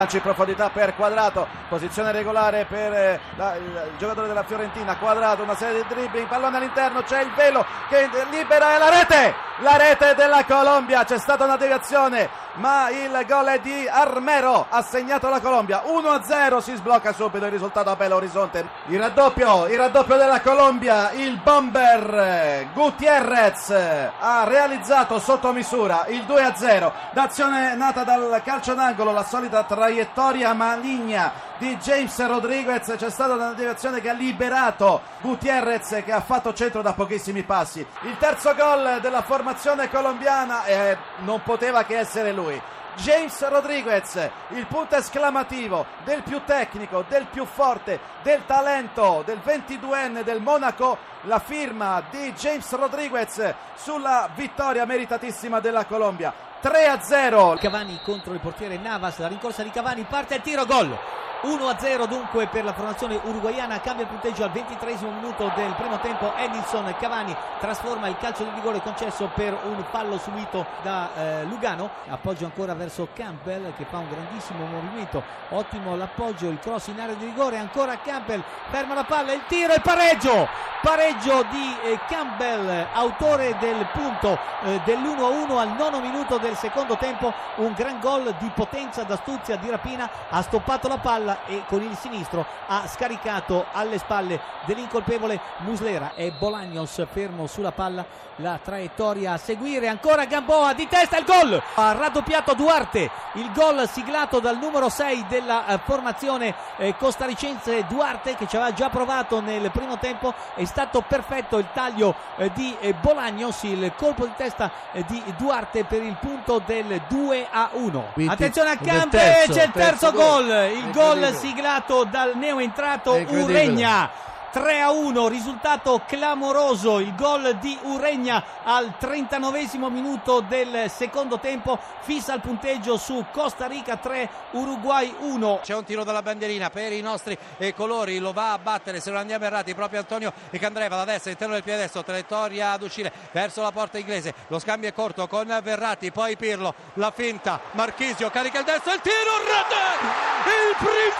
Calcio in profondità per Quadrato, posizione regolare per il giocatore della Fiorentina. Quadrato, una serie di dribbling, pallone all'interno, c'è il velo che libera e la rete della Colombia. C'è stata una deviazione, ma il gol è di Armero, ha segnato la Colombia. 1-0, si sblocca subito il risultato a Belo Horizonte. Il raddoppio della Colombia, il bomber Gutiérrez ha realizzato sotto misura il 2-0, d'azione nata dal calcio d'angolo, la solita traiettoria maligna di James Rodriguez. C'è stata una deviazione che ha liberato Gutiérrez, che ha fatto centro da pochissimi passi. Il terzo gol della formazione colombiana non poteva che essere lui, James Rodriguez, il punto esclamativo del più tecnico, del più forte, del talento, del 22enne del Monaco. La firma di James Rodriguez sulla vittoria meritatissima della Colombia. 3-0. Cavani contro il portiere Navas, la rincorsa di Cavani, parte il tiro, gol. 1-0 dunque per la formazione uruguaiana. Cambia il punteggio al 23esimo minuto del primo tempo. Edinson Cavani trasforma il calcio di rigore concesso per un fallo subito da Lugano. Appoggio ancora verso Campbell, che fa un grandissimo movimento, ottimo l'appoggio, il cross in area di rigore, ancora Campbell, ferma la palla, il tiro e il pareggio di Campbell, autore del punto dell'1-1 al 9 minuto del secondo tempo. Un gran gol di potenza, d'astuzia, di rapina. Ha stoppato la palla e con il sinistro ha scaricato alle spalle dell'incolpevole Muslera. E Bolaños fermo sulla palla, la traiettoria a seguire, ancora Gamboa di testa, il gol, ha raddoppiato Duarte, il gol siglato dal numero 6 della formazione costaricense. Duarte, che ci aveva già provato nel primo tempo, è stato perfetto il taglio di Bolaños, il colpo di testa di Duarte per il punto del 2-1. Attenzione a Campbell, c'è il terzo gol, il gol siglato dal neoentrato Ureña. 3-1, risultato clamoroso, il gol di Ureña al 39esimo minuto del secondo tempo fissa il punteggio su Costa Rica 3, Uruguay 1. C'è un tiro dalla bandierina per i nostri colori, lo va a battere, se non andiamo errati, proprio Antonio Candreva da destra, interno del piede destro, traiettoria ad uscire verso la porta inglese, lo scambio è corto con Verratti, poi Pirlo, la finta, Marchisio carica il destro, il tiro, rete, il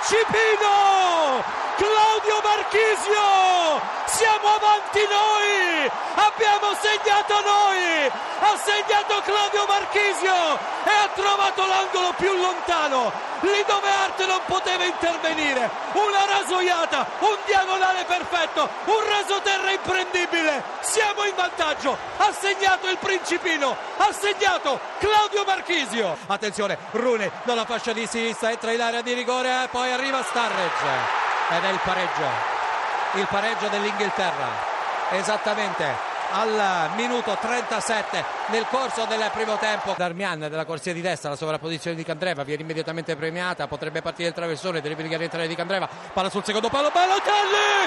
principino Claudio Marchisio. Siamo avanti noi, abbiamo segnato noi, ha segnato Claudio Marchisio e ha trovato l'angolo più lontano, lì dove Arte non poteva intervenire. Una rasoiata, un diagonale perfetto, un rasoterra imprendibile. Siamo in vantaggio, ha segnato il principino, ha segnato Claudio Marchisio. Attenzione, Rooney dalla fascia di sinistra, entra in area di rigore e poi arriva Sturridge ed è il pareggio dell'Inghilterra, esattamente al minuto 37 nel corso del primo tempo. Darmian della corsia di destra, la sovrapposizione di Candreva viene immediatamente premiata, potrebbe partire il traversone, deve rientrare di Candreva, palla sul secondo palo, Balotelli,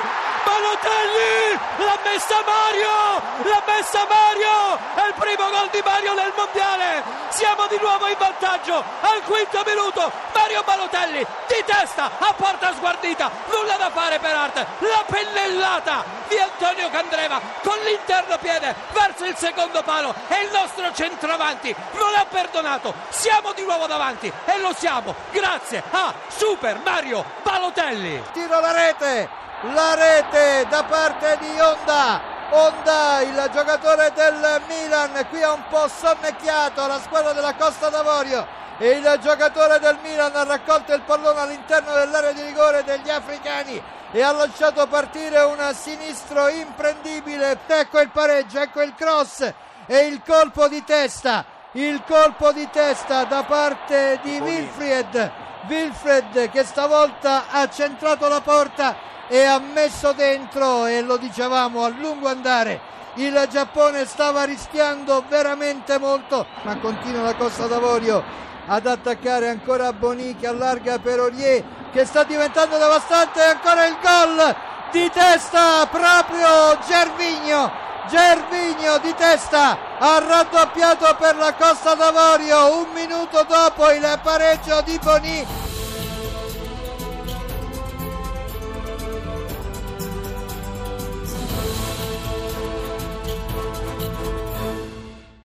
l'ha messa Mario, è il primo gol di Mario nel mondiale, siamo di nuovo in vantaggio al quinto minuto. Mario Balotelli di testa a porta sguardita, nulla da fare per Arte, la pennellata di Antonio Candreva con l'interno piede verso il secondo palo e il nostro centravanti non ha perdonato. Siamo di nuovo davanti e lo siamo grazie a Super Mario Balotelli. Tiro la rete da parte di Honda, il giocatore del Milan, qui ha un po' sonnecchiato la squadra della Costa d'Avorio e il giocatore del Milan ha raccolto il pallone all'interno dell'area di rigore degli africani e ha lasciato partire un sinistro imprendibile. Ecco il pareggio, ecco il cross e il colpo di testa da parte di Wilfried che stavolta ha centrato la porta e ha messo dentro, e lo dicevamo a lungo andare, il Giappone stava rischiando veramente molto, ma continua la Costa d'Avorio ad attaccare. Ancora Boni che allarga per Aurier che sta diventando devastante, e ancora il gol di testa, proprio Gervinho di testa ha raddoppiato per la Costa d'Avorio un minuto dopo il pareggio di Boni.